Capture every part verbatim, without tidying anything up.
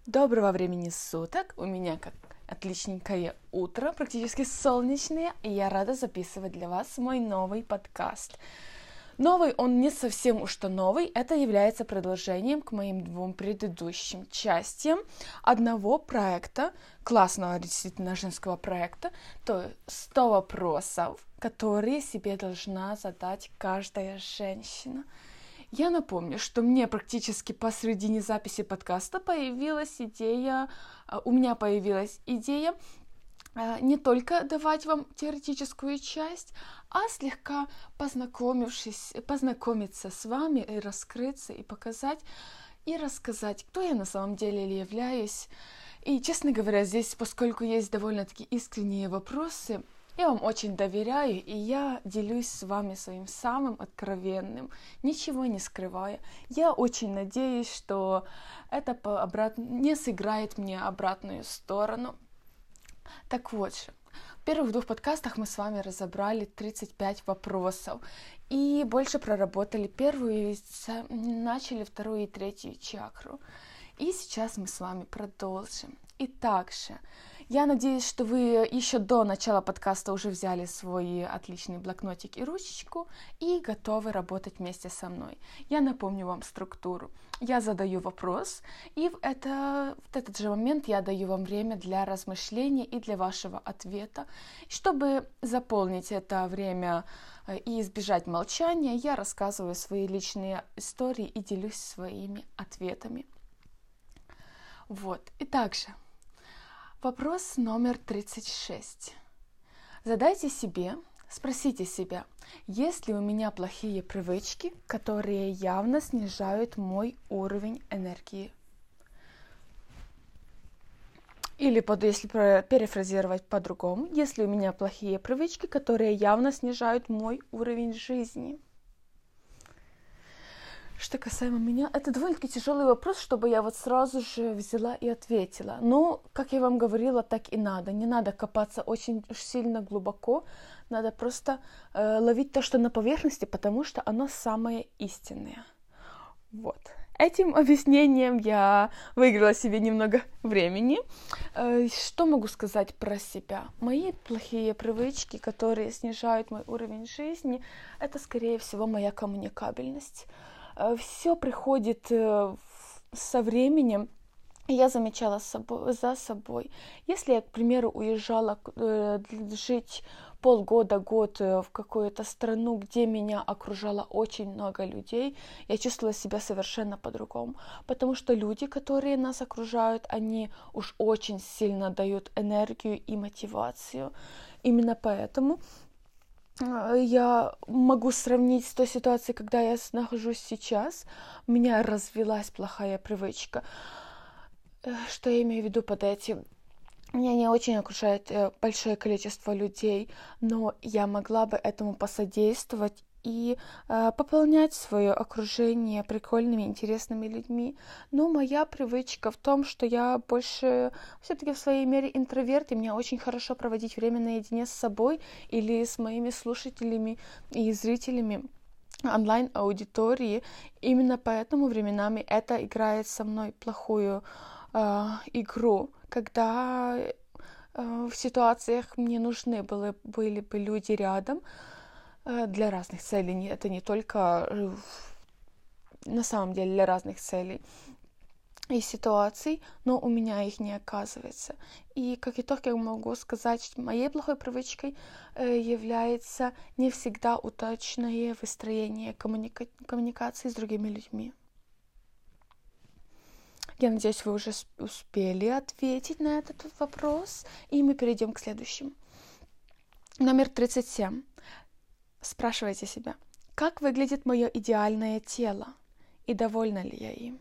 Доброго времени суток! У меня как отличненькое утро, практически солнечное, и я рада записывать для вас мой новый подкаст. Новый он не совсем уж то новый, это является продолжением к моим двум предыдущим частям одного проекта, классного действительно женского проекта, то есть сто вопросов, которые себе должна задать каждая женщина. Я напомню, что мне практически посредине записи подкаста появилась идея, у меня появилась идея не только давать вам теоретическую часть, а слегка познакомившись, познакомиться с вами и раскрыться, и показать, и рассказать, кто я на самом деле являюсь. И, честно говоря, здесь, поскольку есть довольно-таки искренние вопросы, я вам очень доверяю, и я делюсь с вами своим самым откровенным, ничего не скрывая. Я очень надеюсь, что это по обрат... не сыграет мне обратную сторону. Так вот же, в первых двух подкастах мы с вами разобрали тридцать пять вопросов и больше проработали первую, и начали вторую и третью чакру. И сейчас мы с вами продолжим. И также я надеюсь, что вы еще до начала подкаста уже взяли свой отличный блокнотик и ручечку и готовы работать вместе со мной. Я напомню вам структуру. Я задаю вопрос, и в, это, в этот же момент я даю вам время для размышления и для вашего ответа. Чтобы заполнить это время и избежать молчания, я рассказываю свои личные истории и делюсь своими ответами. Вот, и также вопрос номер тридцать шесть. Задайте себе, спросите себя, есть ли у меня плохие привычки, которые явно снижают мой уровень энергии. Или, если перефразировать по-другому, есть ли у меня плохие привычки, которые явно снижают мой уровень жизни. Что касаемо меня, это довольно-таки тяжелый вопрос, чтобы я вот сразу же взяла и ответила. Но, как я вам говорила, так и надо. Не надо копаться очень сильно глубоко. Надо просто э, ловить то, что на поверхности, потому что оно самое истинное. Вот. Этим объяснением я выиграла себе немного времени. Э, что могу сказать про себя? Мои плохие привычки, которые снижают мой уровень жизни, это, скорее всего, моя коммуникабельность. Все приходит со временем, и я замечала за собой. Если я, к примеру, уезжала жить полгода-год в какую-то страну, где меня окружало очень много людей, я чувствовала себя совершенно по-другому. Потому что люди, которые нас окружают, они уж очень сильно дают энергию и мотивацию. Именно поэтому я могу сравнить с той ситуацией, когда я нахожусь сейчас. У меня развилась плохая привычка. Что я имею в виду под этим? Меня не очень окружает большое количество людей, но я могла бы этому посодействовать и э, пополнять свое окружение прикольными, интересными людьми. Но моя привычка в том, что я больше все-таки в своей мере интроверт, и мне очень хорошо проводить время наедине с собой или с моими слушателями и зрителями онлайн-аудитории. Именно поэтому временами это играет со мной плохую э, игру, когда э, в ситуациях мне нужны были, были бы люди рядом, для разных целей. Это не только на самом деле для разных целей и ситуаций, но у меня их не оказывается. И как итог я могу сказать, что моей плохой привычкой является не всегда удачное выстроение коммуника- коммуникации с другими людьми. Я надеюсь, вы уже успели ответить на этот вопрос, и мы перейдем к следующему. Номер тридцать семь. Спрашивайте себя, как выглядит мое идеальное тело и довольна ли я им?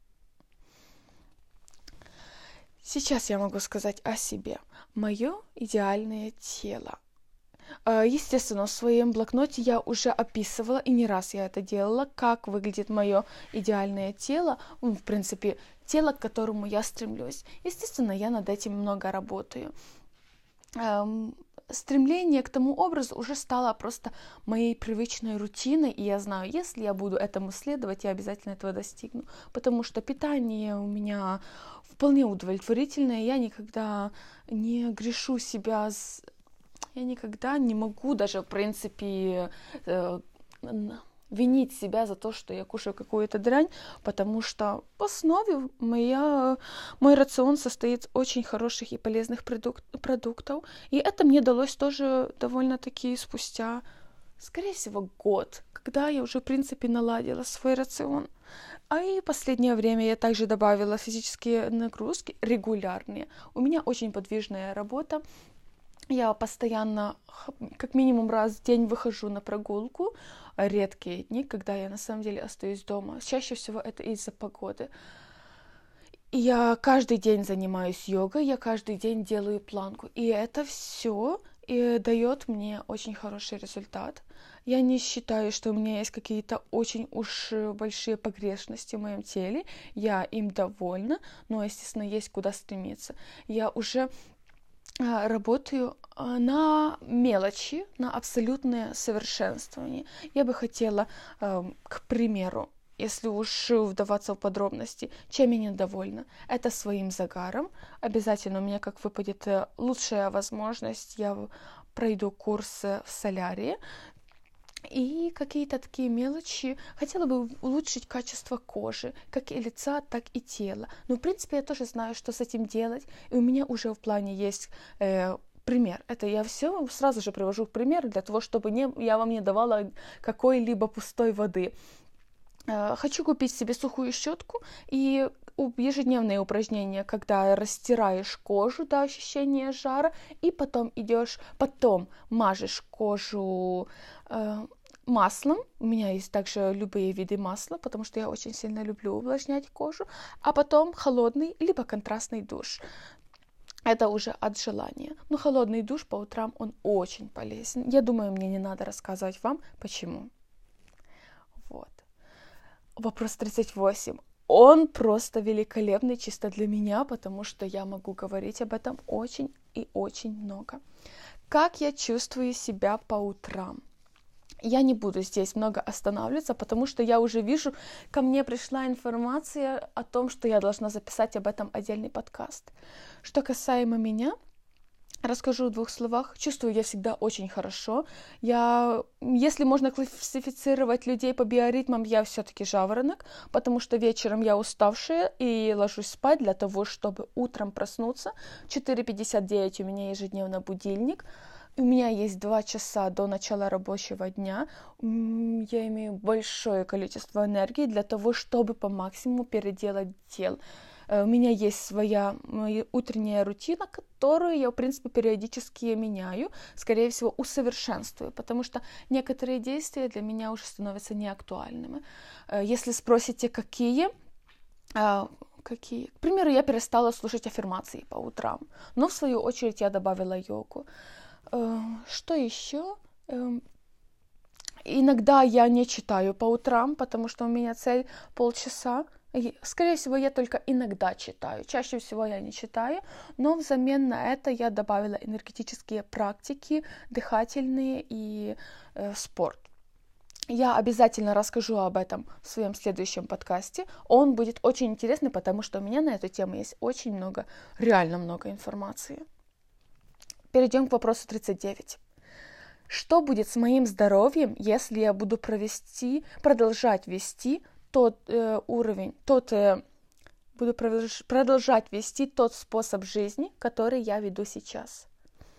Сейчас я могу сказать о себе. Мое идеальное тело. Естественно, в своем блокноте я уже описывала, и не раз я это делала, как выглядит мое идеальное тело, в принципе, тело, к которому я стремлюсь. Естественно, я над этим много работаю. стремление к тому образу уже стало просто моей привычной рутиной, и я знаю, если я буду этому следовать, я обязательно этого достигну, потому что питание у меня вполне удовлетворительное, я никогда не грешу себя, с... я никогда не могу даже, в принципе, э, винить себя за то, что я кушаю какую-то дрянь, потому что в основе моя, мой рацион состоит из очень хороших и полезных продук- продуктов. И это мне далось тоже довольно-таки спустя, скорее всего, год, когда я уже, в принципе, наладила свой рацион. А и в последнее время я также добавила физические нагрузки регулярные. У меня очень подвижная работа. Я постоянно, как минимум раз в день выхожу на прогулку. Редкие дни, когда я на самом деле остаюсь дома. Чаще всего это из-за погоды. И я каждый день занимаюсь йогой, я каждый день делаю планку. И это все и дает мне очень хороший результат. Я не считаю, что у меня есть какие-то очень уж большие погрешности в моем теле. Я им довольна, но, естественно, есть куда стремиться. Я уже работаю на мелочи, на абсолютное совершенствование. Я бы хотела, к примеру, если уж вдаваться в подробности, чем я недовольна, это своим загаром. Обязательно у меня, как выпадет лучшая возможность, я пройду курс в солярии. И какие-то такие мелочи. Хотела бы улучшить качество кожи, как и лица, так и тела. Но, в принципе, я тоже знаю, что с этим делать. И у меня уже в плане есть э, пример. Это я все сразу же привожу пример для того, чтобы не, я вам не давала какой-либо пустой воды. Э, хочу купить себе сухую щетку и ежедневные упражнения, когда растираешь кожу до ощущения жара, и потом идешь, потом мажешь кожу э, маслом. У меня есть также любые виды масла, потому что я очень сильно люблю увлажнять кожу, а потом холодный либо контрастный душ. Это уже от желания. Но холодный душ по утрам, он очень полезен. Я думаю, мне не надо рассказывать вам, почему. Вот. Вопрос тридцать восемь. Он просто великолепный чисто для меня, потому что я могу говорить об этом очень и очень много. Как я чувствую себя по утрам? Я не буду здесь много останавливаться, потому что я уже вижу, ко мне пришла информация о том, что я должна записать об этом отдельный подкаст. Что касаемо меня, расскажу в двух словах. Чувствую я всегда очень хорошо. Я, если можно классифицировать людей по биоритмам, я все-таки жаворонок, потому что вечером я уставшая и ложусь спать для того, чтобы утром проснуться. четыре пятьдесят девять у меня ежедневно будильник. У меня есть два часа до начала рабочего дня. Я имею большое количество энергии для того, чтобы по максимуму переделать дел. У меня есть своя утренняя рутина, которую я, в принципе, периодически меняю, скорее всего, усовершенствую, потому что некоторые действия для меня уже становятся неактуальными. Если спросите, какие... Какие? К примеру, я перестала слушать аффирмации по утрам, но в свою очередь я добавила йогу. Что еще? Иногда я не читаю по утрам, потому что у меня цель полчаса. Скорее всего, я только иногда читаю. Чаще всего я не читаю, но взамен на это я добавила энергетические практики, дыхательные и э, спорт. Я обязательно расскажу об этом в своем следующем подкасте. Он будет очень интересный, потому что у меня на эту тему есть очень много, реально много информации. Перейдем к вопросу тридцать девять. Что будет с моим здоровьем, если я буду провести, продолжать вести тот э, уровень, тот, э, буду продолжать вести тот способ жизни, который я веду сейчас?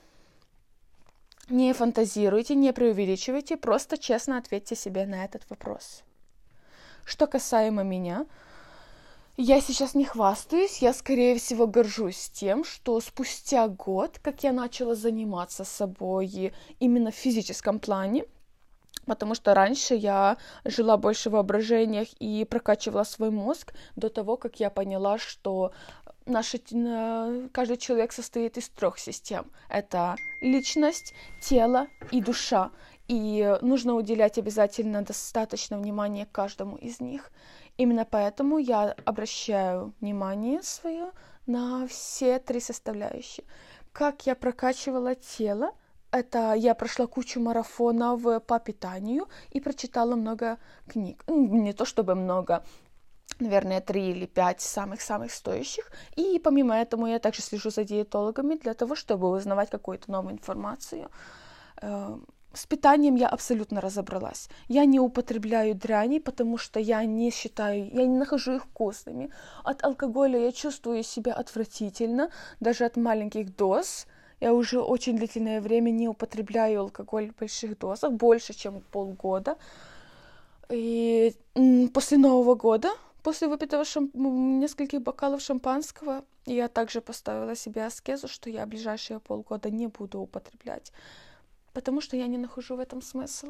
Не фантазируйте, не преувеличивайте, просто честно ответьте себе на этот вопрос. Что касаемо меня, я сейчас не хвастаюсь, я, скорее всего, горжусь тем, что спустя год, как я начала заниматься собой именно в физическом плане, потому что раньше я жила больше в воображениях и прокачивала свой мозг до того, как я поняла, что наш, каждый человек состоит из трех систем. Это личность, тело и душа. И нужно уделять обязательно достаточно внимания каждому из них. Именно поэтому я обращаю внимание свое на все три составляющие. Как я прокачивала тело, это я прошла кучу марафонов по питанию и прочитала много книг. Не то чтобы много, наверное, три или пять самых-самых стоящих. И помимо этого я также слежу за диетологами для того, чтобы узнавать какую-то новую информацию. С питанием я абсолютно разобралась. Я не употребляю дряни, потому что я не считаю, я не нахожу их вкусными. От алкоголя я чувствую себя отвратительно, даже от маленьких доз. Я уже очень длительное время не употребляю алкоголь в больших дозах, больше, чем полгода. И после Нового года, после выпитого шамп... нескольких бокалов шампанского, я также поставила себе аскезу, что я в ближайшие полгода не буду употреблять, потому что я не нахожу в этом смысл.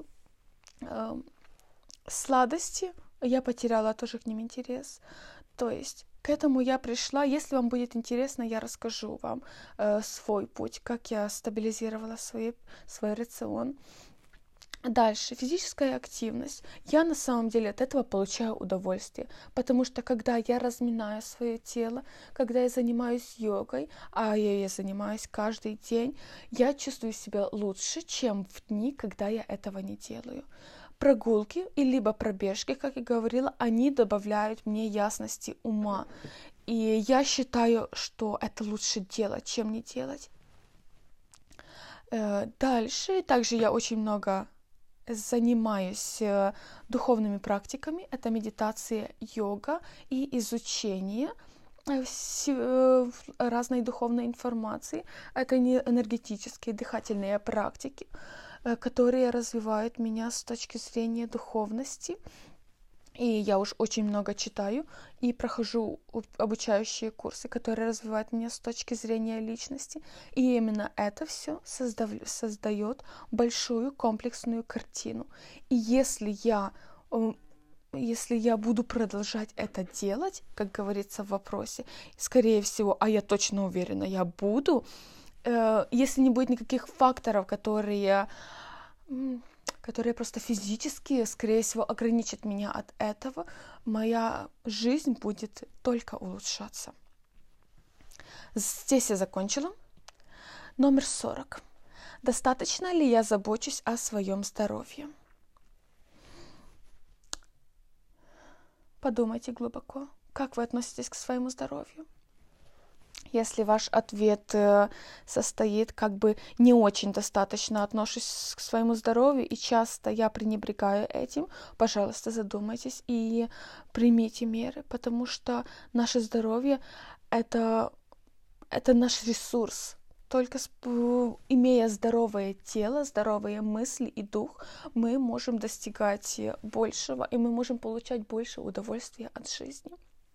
Сладости я потеряла тоже к ним интерес. То есть к этому я пришла. Если вам будет интересно, я расскажу вам э, свой путь, как я стабилизировала свой, свой рацион. Дальше, физическая активность. Я на самом деле от этого получаю удовольствие, потому что когда я разминаю свое тело, когда я занимаюсь йогой, а я ей занимаюсь каждый день, я чувствую себя лучше, чем в дни, когда я этого не делаю. Прогулки и либо пробежки, как я говорила, они добавляют мне ясности ума. И я считаю, что это лучше делать, чем не делать. Дальше, также я очень много занимаюсь духовными практиками. Это медитация, йога и изучение разной духовной информации. Это не энергетические дыхательные практики, которые развивают меня с точки зрения духовности. И я уж очень много читаю и прохожу обучающие курсы, которые развивают меня с точки зрения личности. И именно это все создав... создает большую комплексную картину. И если я, если я буду продолжать это делать, как говорится в вопросе, скорее всего, а я точно уверена, я буду, если не будет никаких факторов, которые... которые просто физически, скорее всего, ограничат меня от этого, моя жизнь будет только улучшаться. Здесь я закончила. Номер сорок. Достаточно ли я забочусь о своем здоровье? Подумайте глубоко, как вы относитесь к своему здоровью. Если ваш ответ состоит как бы не очень достаточно отношусь к своему здоровью, и часто я пренебрегаю этим, пожалуйста, задумайтесь и примите меры, потому что наше здоровье это, это наш ресурс. Только имея здоровое тело, здоровые мысли и дух, мы можем достигать большего, и мы можем получать больше удовольствия от жизни.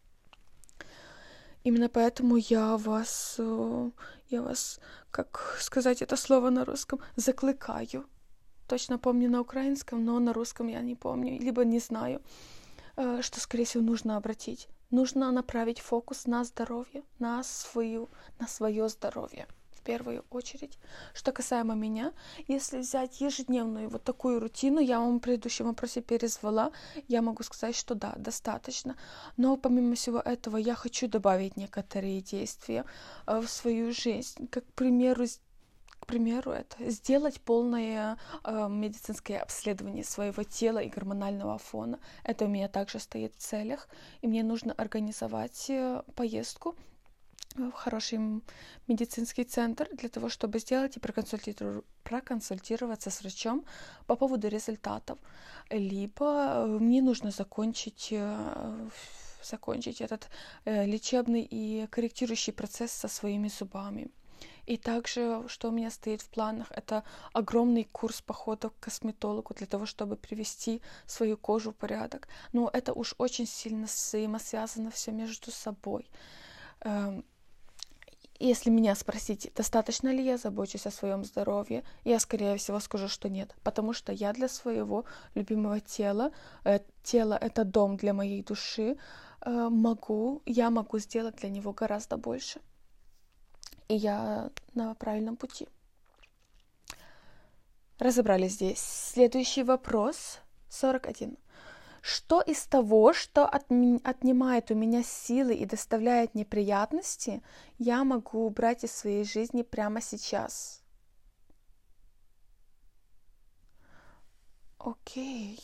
Именно поэтому я вас, я вас, как сказать это слово на русском, закликаю. Точно помню на украинском, но на русском я не помню, либо не знаю, что, скорее всего, нужно обратить. Нужно направить фокус на здоровье, на, свою, на свое здоровье в первую очередь. Что касаемо меня, если взять ежедневную вот такую рутину, я вам в предыдущем вопросе перезвала, я могу сказать, что да, достаточно. Но помимо всего этого я хочу добавить некоторые действия в свою жизнь. Как, к примеру, к примеру это сделать полное э, медицинское обследование своего тела и гормонального фона. Это у меня также стоит в целях. И мне нужно организовать э, поездку в хороший медицинский центр для того, чтобы сделать и проконсультиру... проконсультироваться с врачом по поводу результатов. Либо мне нужно закончить, закончить этот лечебный и корректирующий процесс со своими зубами. И также, что у меня стоит в планах, это огромный курс похода к косметологу для того, чтобы привести свою кожу в порядок. Но это уж очень сильно взаимосвязано все между собой. Если меня спросить, достаточно ли я забочусь о своем здоровье, я, скорее всего, скажу, что нет. Потому что я для своего любимого тела, э, тело — это дом для моей души, э, могу, я могу сделать для него гораздо больше. И я на правильном пути. Разобрались здесь. Следующий вопрос, сорок один. Что из того, что отнимает у меня силы и доставляет неприятности, я могу убрать из своей жизни прямо сейчас? Окей.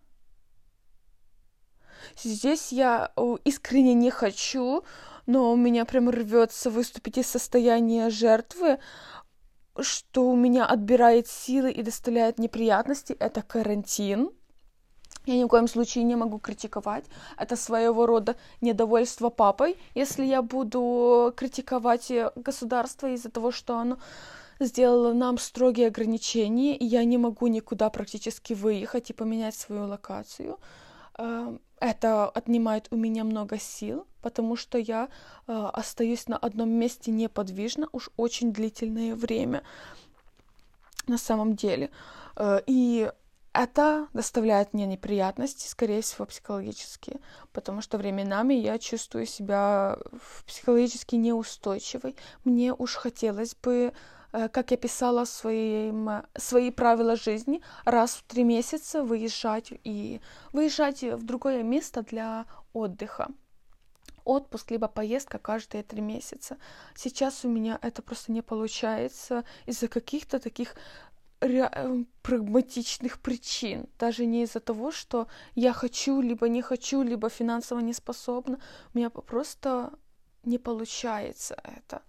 Здесь я искренне не хочу, но у меня прям рвется выступить из состояния жертвы, что у меня отбирает силы и доставляет неприятности. Это карантин. Я ни в коем случае не могу критиковать. Это своего рода недовольство папой, если я буду критиковать государство из-за того, что оно сделало нам строгие ограничения, и я не могу никуда практически выехать и поменять свою локацию. Это отнимает у меня много сил, потому что я остаюсь на одном месте неподвижно уж очень длительное время на самом деле. И это доставляет мне неприятности, скорее всего, психологические, потому что временами я чувствую себя психологически неустойчивой. Мне уж хотелось бы, как я писала своим, свои правила жизни, раз в три месяца выезжать и выезжать в другое место для отдыха. Отпуск, либо поездка каждые три месяца. Сейчас у меня это просто не получается из-за каких-то таких ре- прагматичных причин. Даже не из-за того, что я хочу, либо не хочу, либо финансово не способна. У меня просто не получается это.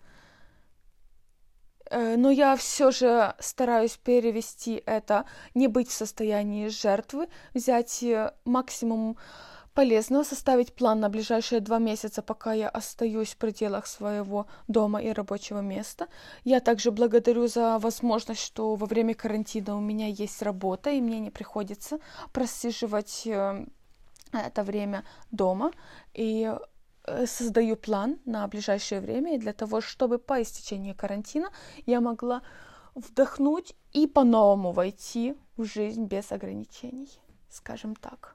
Но я все же стараюсь перевести это, не быть в состоянии жертвы, взять максимум полезного, составить план на ближайшие два месяца, пока я остаюсь в пределах своего дома и рабочего места. Я также благодарю за возможность, что во время карантина у меня есть работа, и мне не приходится просиживать это время дома. И создаю план на ближайшее время, и для того, чтобы по истечении карантина я могла вдохнуть и по-новому войти в жизнь без ограничений, скажем так.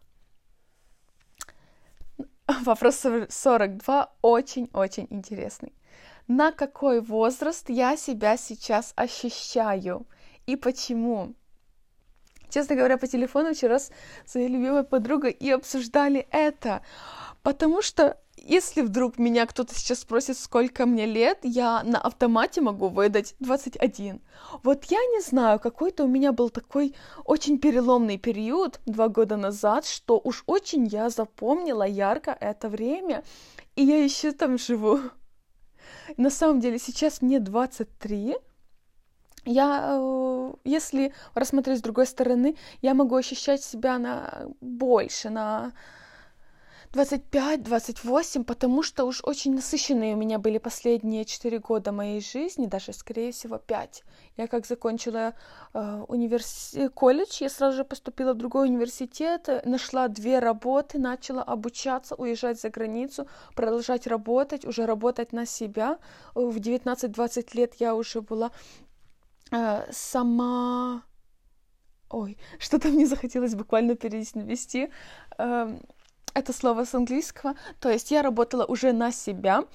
Вопрос сорок два очень-очень интересный. На какой возраст я себя сейчас ощущаю и почему? Честно говоря, по телефону вчера с своей любимой подругой и обсуждали это, потому что если вдруг меня кто-то сейчас спросит, сколько мне лет, я на автомате могу выдать двадцать один. Вот я не знаю, какой-то у меня был такой очень переломный период два года назад, что уж очень я запомнила ярко это время, и я еще там живу. На самом деле сейчас мне двадцать три. Я, если рассмотреть с другой стороны, я могу ощущать себя на больше, на двадцать пять — двадцать восемь, потому что уж очень насыщенные у меня были последние четыре года моей жизни, даже, скорее всего, пять. Я как закончила э, универс... колледж, я сразу же поступила в другой университет, нашла две работы, начала обучаться, уезжать за границу, продолжать работать, уже работать на себя. В девятнадцать-двадцать лет я уже была э, сама... Ой, что-то мне захотелось буквально перевести. Э, Это слово с английского. То есть я работала уже на себя.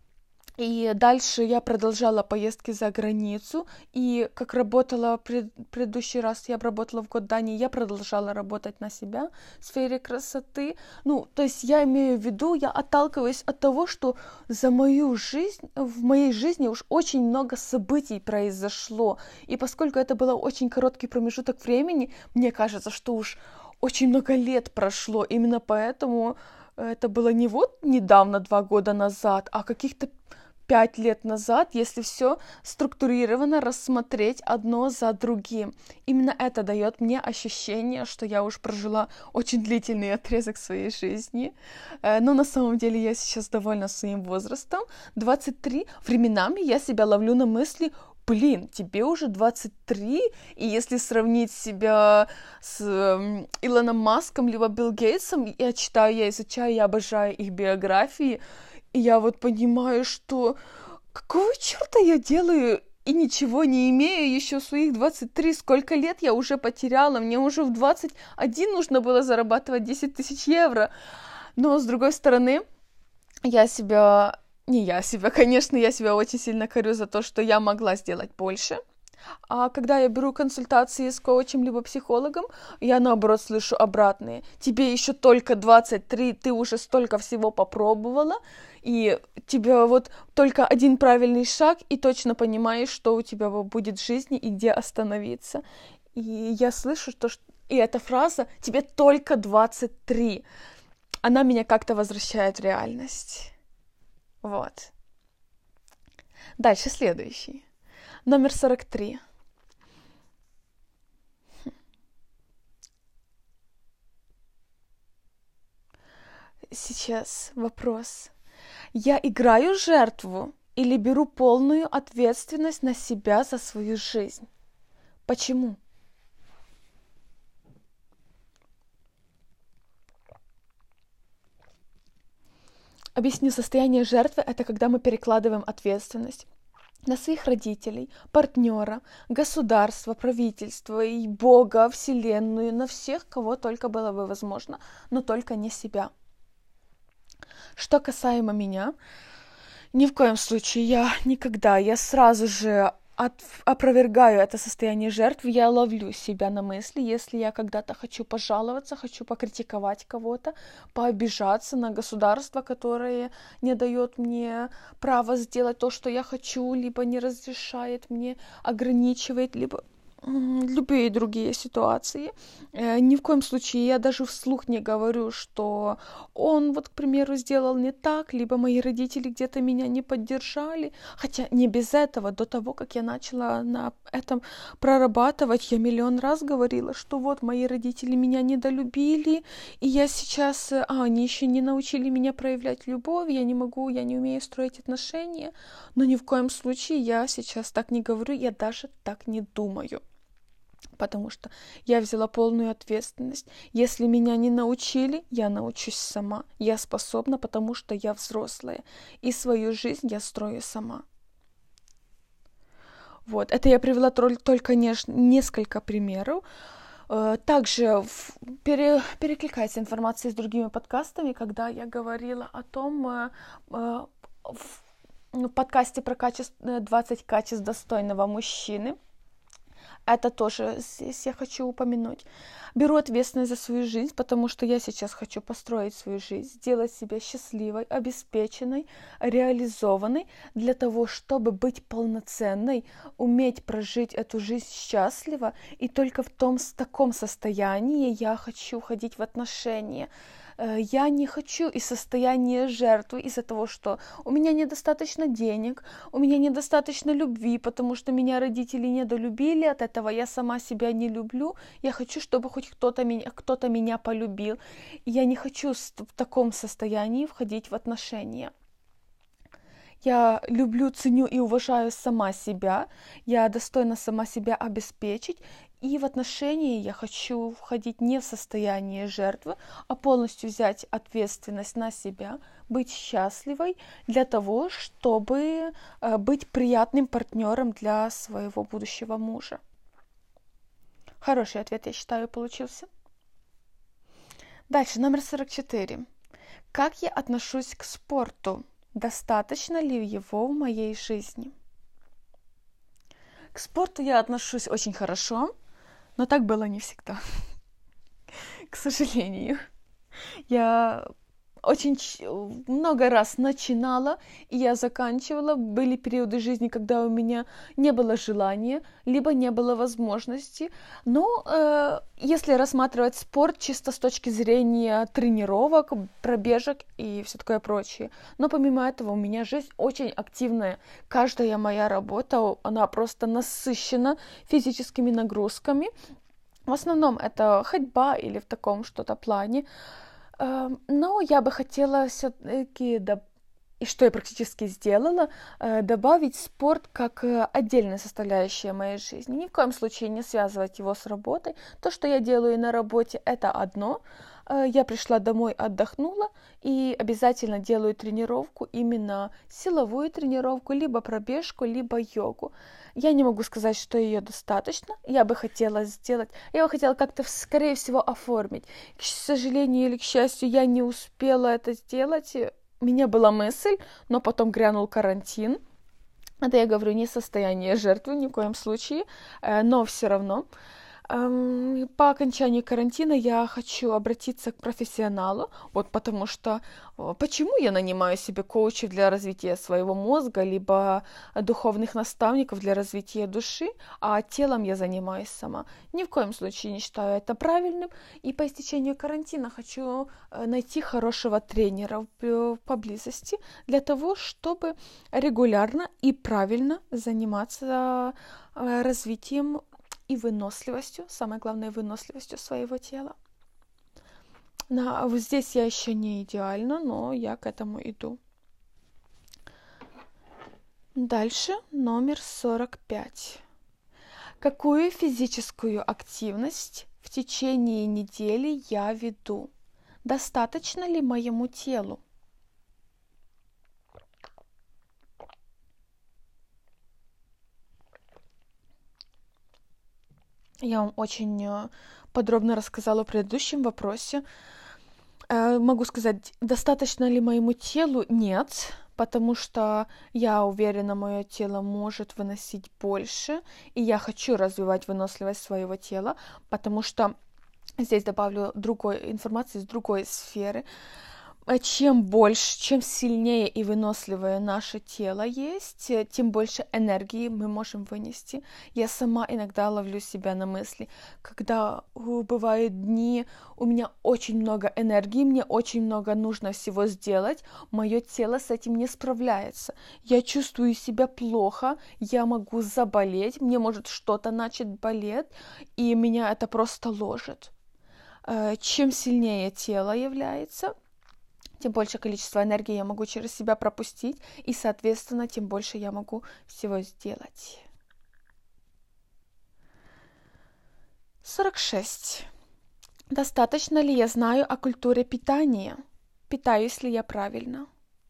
И дальше я продолжала поездки за границу. И как работала пред, предыдущий раз, я работала в год Дании, я продолжала работать на себя в сфере красоты. Ну, то есть я имею в виду, я отталкиваюсь от того, что за мою жизнь, в моей жизни уж очень много событий произошло. И поскольку это был очень короткий промежуток времени, мне кажется, что уж очень много лет прошло, именно поэтому это было не вот недавно, два года назад, а каких-то пять лет назад, если все структурированно рассмотреть одно за другим. Именно это дает мне ощущение, что я уж прожила очень длительный отрезок своей жизни. Но на самом деле я сейчас довольна своим возрастом. двадцать три. Временами я себя ловлю на мысли: блин, тебе уже двадцать три, и если сравнить себя с э, Илоном Маском либо Билл Гейтсом, я читаю, я изучаю, я обожаю их биографии, и я вот понимаю, что какого черта я делаю и ничего не имею еще в своих двадцать три, сколько лет я уже потеряла, мне уже в двадцать один нужно было зарабатывать десять тысяч евро, но с другой стороны, я себя... Не я себя, конечно, я себя очень сильно корю за то, что я могла сделать больше. А когда я беру консультации с коучем либо психологом, я наоборот слышу обратные. Тебе еще только двадцать три, ты уже столько всего попробовала, и тебе вот только один правильный шаг, и точно понимаешь, что у тебя будет в жизни и где остановиться. И я слышу, что И эта фраза «тебе только двадцать три», она меня как-то возвращает в реальность. Вот. Дальше следующий. Номер сорок три. Сейчас вопрос. Я играю жертву или беру полную ответственность на себя за свою жизнь? Почему? Объясню, состояние жертвы – это когда мы перекладываем ответственность на своих родителей, партнера, государства, правительства, и Бога, Вселенную, на всех, кого только было бы возможно, но только не себя. Что касаемо меня, ни в коем случае я никогда, я сразу же от, опровергаю это состояние жертвы, я ловлю себя на мысли, если я когда-то хочу пожаловаться, хочу покритиковать кого-то, пообижаться на государство, которое не дает мне права сделать то, что я хочу, либо не разрешает мне, ограничивает, либо любые другие ситуации. Ни в коем случае я даже вслух не говорю, что он, вот, к примеру, сделал не так, либо мои родители где-то меня не поддержали. Хотя не без этого, до того, как я начала на этом прорабатывать, я миллион раз говорила, что вот мои родители меня недолюбили, и я сейчас, а, они еще не научили меня проявлять любовь, я не могу, я не умею строить отношения. Но ни в коем случае я сейчас так не говорю, я даже так не думаю. Потому что я взяла полную ответственность. Если меня не научили, я научусь сама. Я способна, потому что я взрослая. И свою жизнь я строю сама. Вот. Это я привела только несколько примеров. Также пере, перекликается информация с другими подкастами, когда я говорила о том, в подкасте про качество, двадцать качеств достойного мужчины. Это тоже здесь я хочу упомянуть. Беру ответственность за свою жизнь, потому что я сейчас хочу построить свою жизнь, сделать себя счастливой, обеспеченной, реализованной, для того, чтобы быть полноценной, уметь прожить эту жизнь счастливо, и только в том, в таком состоянии я хочу ходить в отношения. Я не хочу из состояния жертвы, из-за того, что у меня недостаточно денег, у меня недостаточно любви, потому что меня родители недолюбили, от этого я сама себя не люблю. Я хочу, чтобы хоть кто-то меня, кто-то меня полюбил. Я не хочу в таком состоянии входить в отношения. Я люблю, ценю и уважаю сама себя. Я достойна сама себя обеспечить. И в отношении я хочу входить не в состояние жертвы, а полностью взять ответственность на себя, быть счастливой для того, чтобы быть приятным партнером для своего будущего мужа. Хороший ответ, я считаю, получился. Дальше, номер сорок четыре. Как я отношусь к спорту? Достаточно ли его в моей жизни? К спорту я отношусь очень хорошо, но так было не всегда. К сожалению. Я очень много раз начинала, и я заканчивала. Были периоды жизни, когда у меня не было желания, либо не было возможности. Но э, если рассматривать спорт чисто с точки зрения тренировок, пробежек и все такое прочее. Но помимо этого у меня жизнь очень активная. Каждая моя работа, она просто насыщена физическими нагрузками. В основном это ходьба или в таком что-то плане. Но я бы хотела все-таки, и что я практически сделала, добавить спорт как отдельная составляющая моей жизни. Ни в коем случае не связывать его с работой. То, что я делаю на работе, это одно. Я пришла домой, отдохнула и обязательно делаю тренировку, именно силовую тренировку, либо пробежку, либо йогу. Я не могу сказать, что ее достаточно. Я бы хотела сделать, я бы хотела как-то, скорее всего, оформить. К сожалению или к счастью, я не успела это сделать. У меня была мысль, но потом грянул карантин. Это я говорю не состояние жертвы ни в коем случае, но все равно. Эм, По окончанию карантина я хочу обратиться к профессионалу, вот потому что э, почему я нанимаю себе коучей для развития своего мозга, либо духовных наставников для развития души, а телом я занимаюсь сама. Ни в коем случае не считаю это правильным, и по истечению карантина хочу э, найти хорошего тренера в- поблизости для того, чтобы регулярно и правильно заниматься э, развитием и выносливостью, самое главное, выносливостью своего тела. На, вот здесь я еще не идеальна, но я к этому иду. Дальше номер сорок пять. Какую физическую активность в течение недели я веду? Достаточно ли моему телу? Я вам очень э, подробно рассказала в предыдущем вопросе. Э, Могу сказать, достаточно ли моему телу? Нет, потому что я уверена, мое тело может выносить больше, и я хочу развивать выносливость своего тела, потому что здесь добавлю другой информации из другой сферы. А Чем больше, чем сильнее и выносливое наше тело есть, э, тем больше энергии мы можем вынести. Я сама иногда ловлю себя на мысли, когда э, бывают дни, у меня очень много энергии, мне очень много нужно всего сделать, мое тело с этим не справляется. Я чувствую себя плохо, я могу заболеть, мне может что-то начать болеть, и меня это просто ложит. Э, Чем сильнее тело является, тем больше количество энергии я могу через себя пропустить, и, соответственно, тем больше я могу всего сделать. сорок шесть. Достаточно ли я знаю о культуре питания? Питаюсь ли я правильно?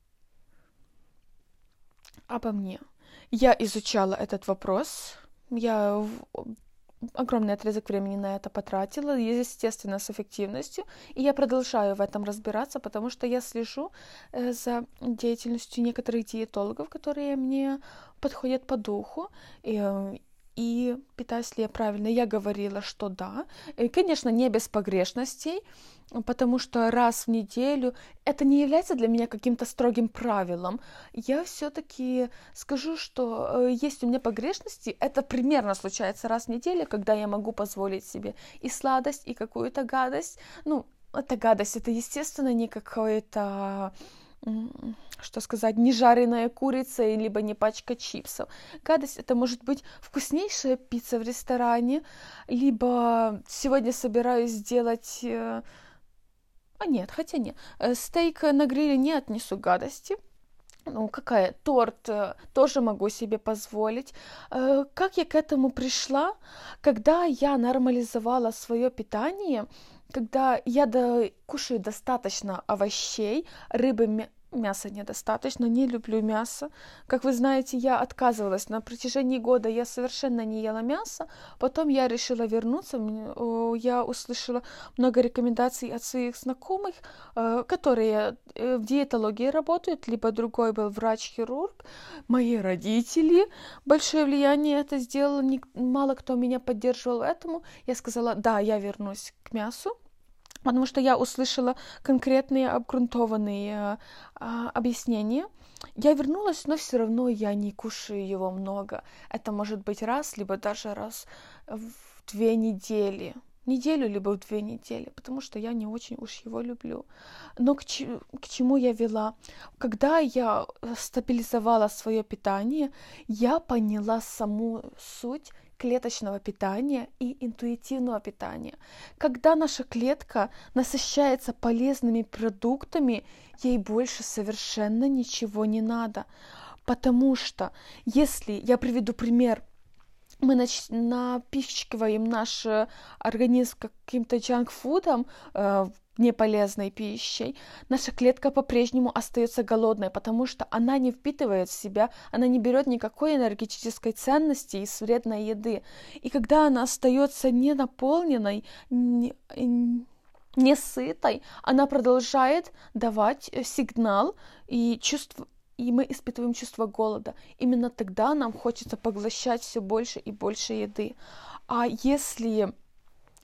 Обо мне. Я изучала этот вопрос. Я огромный отрезок времени на это потратила, естественно, с эффективностью, и я продолжаю в этом разбираться, потому что я слежу э, за деятельностью некоторых диетологов, которые мне подходят по духу, и, э, и питаюсь ли я правильно. Я говорила, что да, и, конечно, не без погрешностей, потому что раз в неделю это не является для меня каким-то строгим правилом. Я все-таки скажу, что э, есть у меня погрешности. Это примерно случается раз в неделю, когда я могу позволить себе и сладость, и какую-то гадость. Ну, это гадость, это, естественно, не какое-то, что сказать, не жареная курица, либо не пачка чипсов. Гадость — это может быть вкуснейшая пицца в ресторане, либо сегодня собираюсь сделать... э, А нет, хотя нет. Э, Стейк на гриле не отнесу гадости. Ну, какая? Торт э, тоже могу себе позволить. Э, Как я к этому пришла? Когда я нормализовала свое питание, когда я до- кушаю достаточно овощей, рыбы, мя- мяса недостаточно, не люблю мясо. Как вы знаете, я отказывалась. На протяжении года я совершенно не ела мясо. Потом я решила вернуться. Мне- о, Я услышала много рекомендаций от своих знакомых, э, которые э, в диетологии работают, либо другой был врач-хирург. Мои родители большое влияние это сделали, ник- мало кто меня поддерживал этому. Я сказала, да, я вернусь к мясу, потому что я услышала конкретные обгрунтованные а, объяснения. Я вернулась, но все равно я не кушаю его много. Это может быть раз, либо даже раз в две недели. Неделю, либо в две недели, потому что я не очень уж его люблю. Но к, че- к чему я вела? Когда я стабилизовала свое питание, я поняла саму суть клеточного питания и интуитивного питания. Когда наша клетка насыщается полезными продуктами, ей больше совершенно ничего не надо. Потому что, если я приведу пример, мы нач- напичкиваем наш э, организм каким-то джанк-фудом, э, неполезной пищей, наша клетка по-прежнему остается голодной, потому что она не впитывает в себя, она не берет никакой энергетической ценности из вредной еды. И когда она остается ненаполненной, не, не сытой, она продолжает давать э, сигнал и чувство, и мы испытываем чувство голода. Именно тогда нам хочется поглощать все больше и больше еды. А если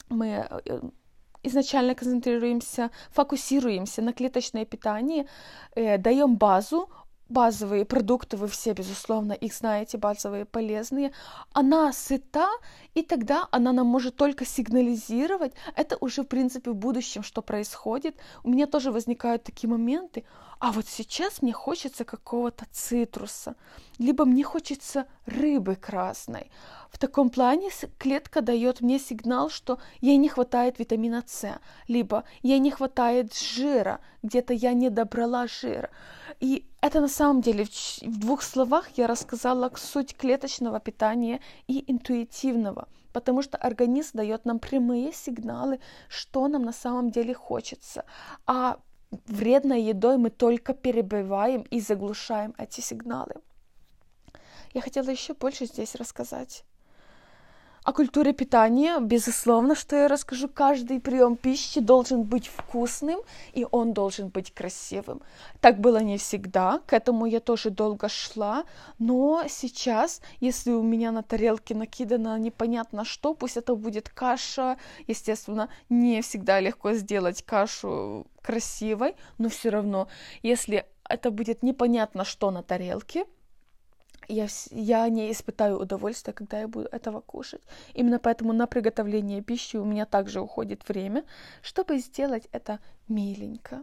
мы изначально концентрируемся, фокусируемся на клеточное питание, э, даем базу, базовые продукты, вы все, безусловно, их знаете, базовые, полезные, она сыта, и тогда она нам может только сигнализировать, это уже, в принципе, в будущем, что происходит. У меня тоже возникают такие моменты, а вот сейчас мне хочется какого-то цитруса, либо мне хочется рыбы красной. В таком плане клетка дает мне сигнал, что ей не хватает витамина С, либо ей не хватает жира, где-то я не добрала жира. И это на самом деле в двух словах я рассказала суть клеточного питания и интуитивного, потому что организм дает нам прямые сигналы, что нам на самом деле хочется. А вредной едой мы только перебиваем и заглушаем эти сигналы. Я хотела еще больше здесь рассказать о культуре питания. Безусловно, что я расскажу, каждый прием пищи должен быть вкусным, и он должен быть красивым. Так было не всегда, к этому я тоже долго шла, но сейчас, если у меня на тарелке накидано непонятно что, пусть это будет каша, естественно, не всегда легко сделать кашу красивой, но все равно, если это будет непонятно что на тарелке, Я, я не испытаю удовольствия, когда я буду этого кушать. Именно поэтому на приготовление пищи у меня также уходит время, чтобы сделать это миленько.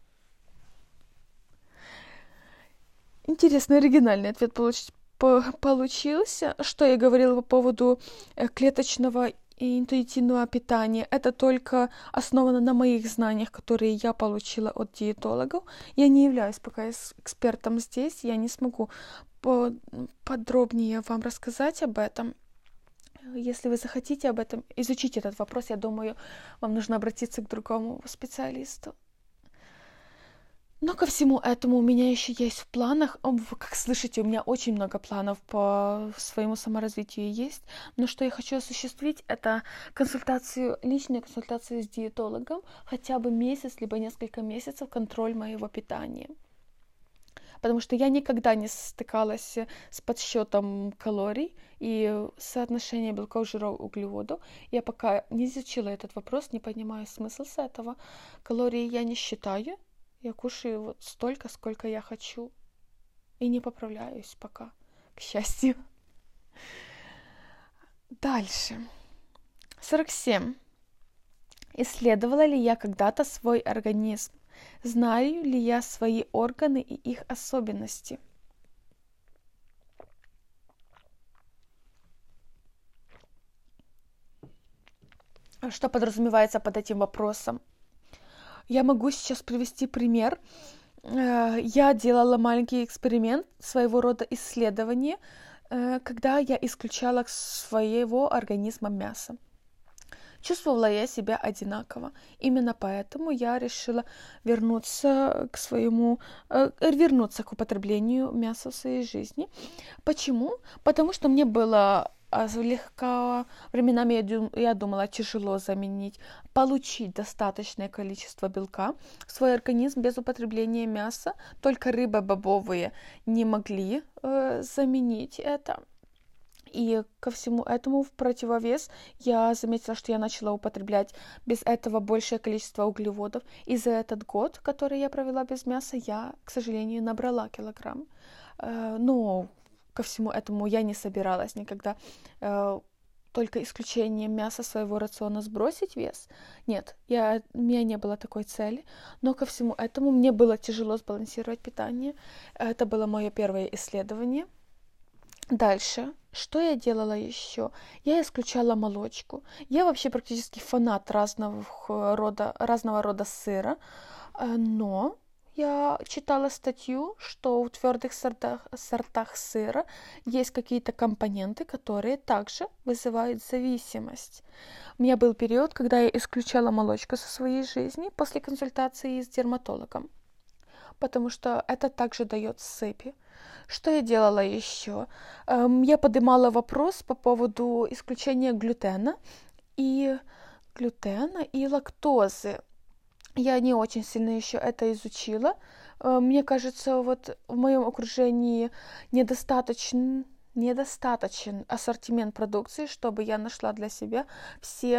Интересный, оригинальный ответ получ- по- получился. Что я говорила по поводу клеточного и интуитивного питания. Это только основано на моих знаниях, которые я получила от диетологов. Я не являюсь пока экспертом здесь, я не смогу подробнее вам рассказать об этом. Если вы захотите об этом изучить этот вопрос, я думаю, вам нужно обратиться к другому специалисту. Но ко всему этому у меня еще есть в планах, как слышите, у меня очень много планов по своему саморазвитию есть, но что я хочу осуществить, это консультацию, личную консультацию с диетологом, хотя бы месяц, либо несколько месяцев контроль моего питания. Потому что я никогда не стыкалась с подсчетом калорий и соотношением белков, жиров, углеводов. Я пока не изучила этот вопрос, не понимаю смысл с этого. Калории я не считаю, я кушаю вот столько, сколько я хочу. И не поправляюсь пока, к счастью. Дальше. сорок семь. Исследовала ли я когда-то свой организм? Знаю ли я свои органы и их особенности? Что подразумевается под этим вопросом? Я могу сейчас привести пример. Я делала маленький эксперимент, своего рода исследование, когда я исключала из своего организма мясо. Чувствовала я себя одинаково. Именно поэтому я решила вернуться к своему, э, вернуться к употреблению мяса в своей жизни. Почему? Потому что мне было слегка, временами я, дум, я думала, тяжело заменить, получить достаточное количество белка в свой организм без употребления мяса. Только рыба, бобовые не могли э, заменить это. И ко всему этому в противовес я заметила, что я начала употреблять без этого большее количество углеводов. И за этот год, который я провела без мяса, я, к сожалению, набрала килограмм. Но ко всему этому я не собиралась никогда только исключением мяса своего рациона сбросить вес. Нет, я, у меня не было такой цели. Но ко всему этому мне было тяжело сбалансировать питание. Это было мое первое исследование. Дальше, что я делала еще? Я исключала молочку. Я вообще практически фанат разного рода, разного рода сыра, но я читала статью, что в твердых сортах, сортах сыра есть какие-то компоненты, которые также вызывают зависимость. У меня был период, когда я исключала молочку со своей жизни после консультации с дерматологом, потому что это также дает сыпи. Что я делала еще? Я поднимала вопрос по поводу исключения глютена и глютена и лактозы. Я не очень сильно еще это изучила. Мне кажется, вот в моем окружении недостаточно недостаточен ассортимент продукции, чтобы я нашла для себя все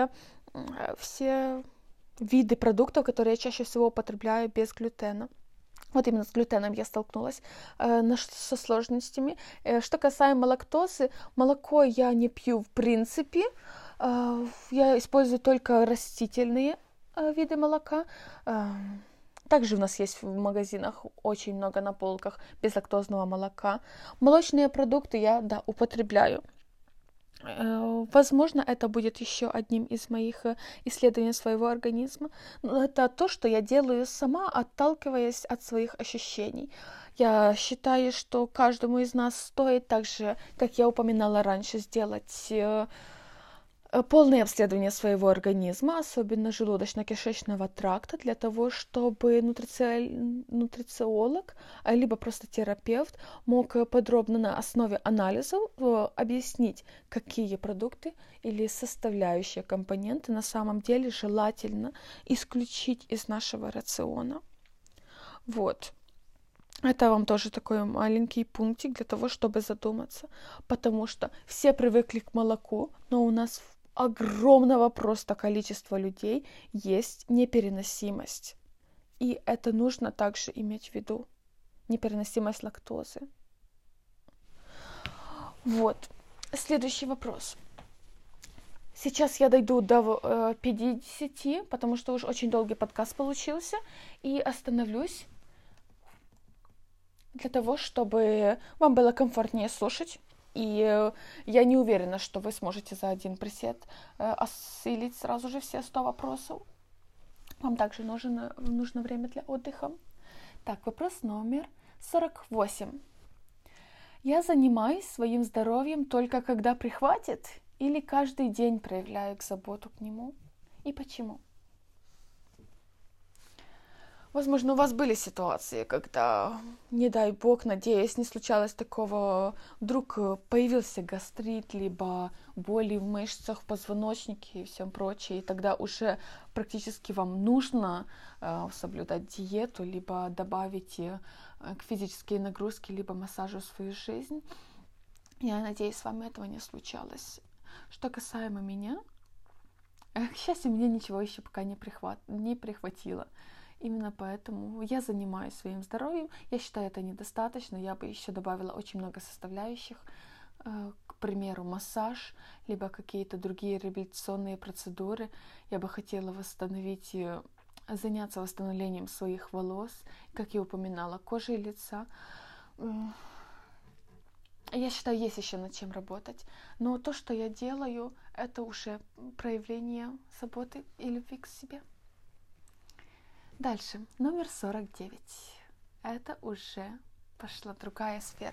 все виды продуктов, которые я чаще всего употребляю без глютена. Вот именно с глютеном я столкнулась э, со сложностями. Э, что касаемо лактозы, молоко я не пью в принципе. Э, я использую только растительные э, виды молока. Э, также у нас есть в магазинах очень много на полках безлактозного молока. Молочные продукты я, да, употребляю. Возможно, это будет еще одним из моих исследований своего организма. Но это то, что я делаю сама, отталкиваясь от своих ощущений. Я считаю, что каждому из нас стоит также, как я упоминала раньше, сделать полное обследование своего организма, особенно желудочно-кишечного тракта, для того, чтобы нутрициолог, нутрициолог либо просто терапевт мог подробно на основе анализов объяснить, какие продукты или составляющие компоненты на самом деле желательно исключить из нашего рациона. Вот. Это вам тоже такой маленький пунктик для того, чтобы задуматься, потому что все привыкли к молоку, но у нас огромного просто количества людей есть непереносимость. И это нужно также иметь в виду. Непереносимость лактозы. Вот. Следующий вопрос. Сейчас я дойду до э, пятидесяти, потому что уж очень долгий подкаст получился. И остановлюсь для того, чтобы вам было комфортнее слушать. И я не уверена, что вы сможете за один присед э, осилить сразу же все сто вопросов. Вам также нужно, нужно время для отдыха. Так, вопрос номер сорок восемь. Я занимаюсь своим здоровьем только когда прихватит или каждый день проявляю к заботу к нему? И почему? Возможно, у вас были ситуации, когда, не дай бог, надеюсь, не случалось такого, вдруг появился гастрит, либо боли в мышцах, в позвоночнике и всем прочее, и тогда уже практически вам нужно э, соблюдать диету, либо добавить э, к физической нагрузке, либо массажу в свою жизнь. Я надеюсь, с вами этого не случалось. Что касаемо меня, к счастью, меня ничего еще пока не, прихват... не прихватило. Именно поэтому я занимаюсь своим здоровьем. Я считаю, это недостаточно. Я бы еще добавила очень много составляющих. К примеру, массаж, либо какие-то другие реабилитационные процедуры. Я бы хотела восстановить, заняться восстановлением своих волос, как я упоминала, кожи лица. Я считаю, есть еще над чем работать. Но то, что я делаю, это уже проявление заботы и любви к себе. Дальше, номер сорок девять. Это уже пошла другая сфера.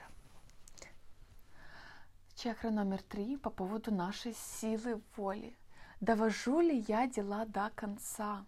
Чакра номер три по поводу нашей силы воли. Довожу ли я дела до конца?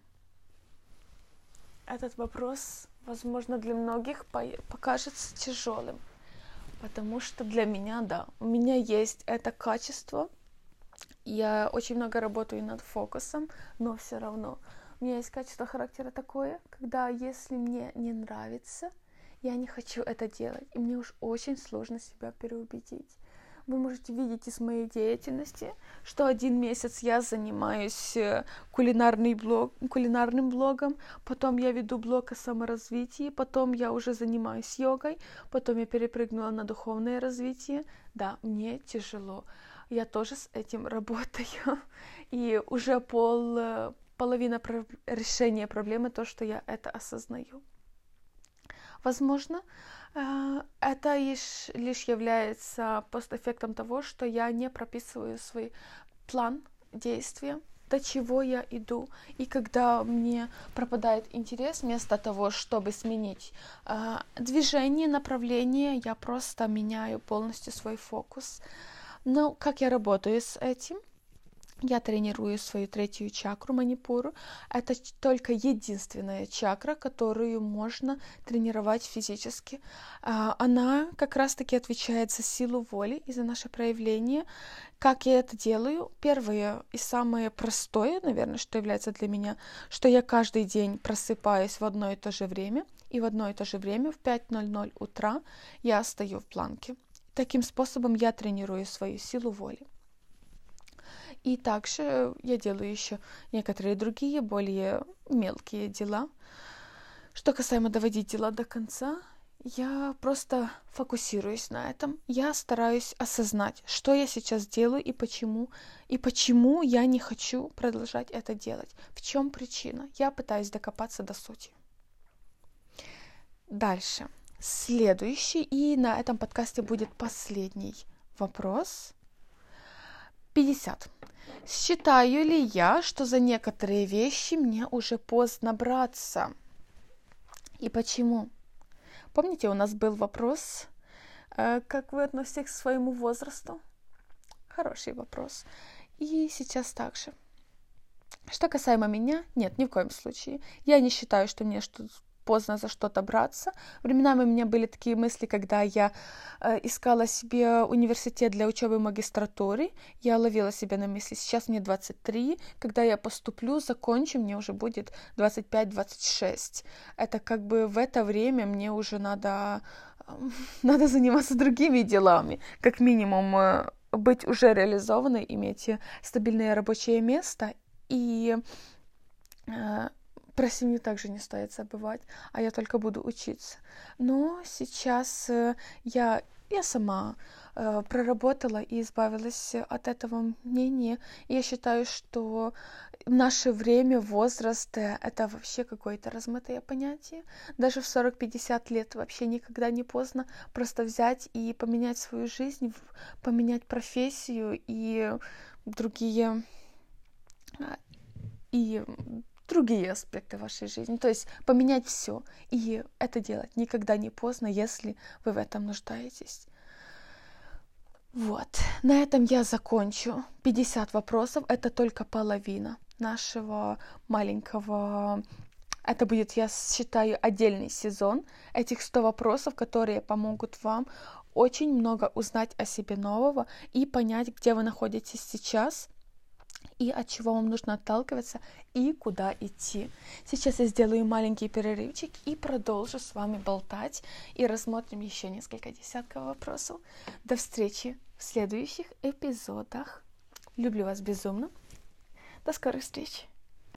Этот вопрос, возможно, для многих покажется тяжелым, потому что для меня, да, у меня есть это качество. Я очень много работаю над фокусом, но все равно у меня есть качество характера такое, когда если мне не нравится, я не хочу это делать. И мне уж очень сложно себя переубедить. Вы можете видеть из моей деятельности, что один месяц я занимаюсь кулинарный блог, кулинарным блогом, потом я веду блог о саморазвитии, потом я уже занимаюсь йогой, потом я перепрыгнула на духовное развитие. Да, мне тяжело. Я тоже с этим работаю. И уже пол... половина про- решения проблемы то, что я это осознаю. Возможно, э- это лишь, лишь является постэффектом того, что я не прописываю свой план действия, до чего я иду. И когда мне пропадает интерес, вместо того, чтобы сменить э- движение, направление, я просто меняю полностью свой фокус. Но как я работаю с этим? Я тренирую свою третью чакру манипуру. Это только единственная чакра, которую можно тренировать физически. Она как раз-таки отвечает за силу воли и за наше проявление. Как я это делаю? Первое и самое простое, наверное, что является для меня, что я каждый день просыпаюсь в одно и то же время, и в одно и то же время в пять ноль ноль утра я стою в планке. Таким способом я тренирую свою силу воли. И также я делаю еще некоторые другие, более мелкие дела. Что касаемо доводить дела до конца, я просто фокусируюсь на этом. Я стараюсь осознать, что я сейчас делаю и почему, и почему я не хочу продолжать это делать. В чем причина? Я пытаюсь докопаться до сути. Дальше. Следующий, и на этом подкасте будет последний вопрос. пятьдесят. Считаю ли я, что за некоторые вещи мне уже поздно браться? И почему? Помните, у нас был вопрос, э, как вы относитесь к своему возрасту? Хороший вопрос. И сейчас также. Что касаемо меня, нет, ни в коем случае. Я не считаю, что мне что поздно за что-то браться. Временами у меня были такие мысли, когда я э, искала себе университет для учебы в магистратуре. Я ловила себя на мысли, сейчас мне двадцать три, когда я поступлю, закончу, мне уже будет двадцать пять - двадцать шесть. Это как бы в это время мне уже надо, э, надо заниматься другими делами. Как минимум э, быть уже реализованной, иметь стабильное рабочее место и... Э, Про семью также не стоит забывать, а я только буду учиться. Но сейчас э, я, я сама э, проработала и избавилась от этого мнения. И я считаю, что в наше время возраст э, это вообще какое-то размытое понятие. Даже в сорок-пятьдесят лет вообще никогда не поздно просто взять и поменять свою жизнь, поменять профессию и другие... и другие аспекты вашей жизни. То есть поменять все. И это делать никогда не поздно, если вы в этом нуждаетесь. Вот. На этом я закончу. пятьдесят вопросов. Это только половина нашего маленького... Это будет, я считаю, отдельный сезон. Этих сто вопросов, которые помогут вам очень много узнать о себе нового и понять, где вы находитесь сейчас, и от чего вам нужно отталкиваться, и куда идти. Сейчас я сделаю маленький перерывчик и продолжу с вами болтать, и рассмотрим еще несколько десятков вопросов. До встречи в следующих эпизодах. Люблю вас безумно. До скорых встреч.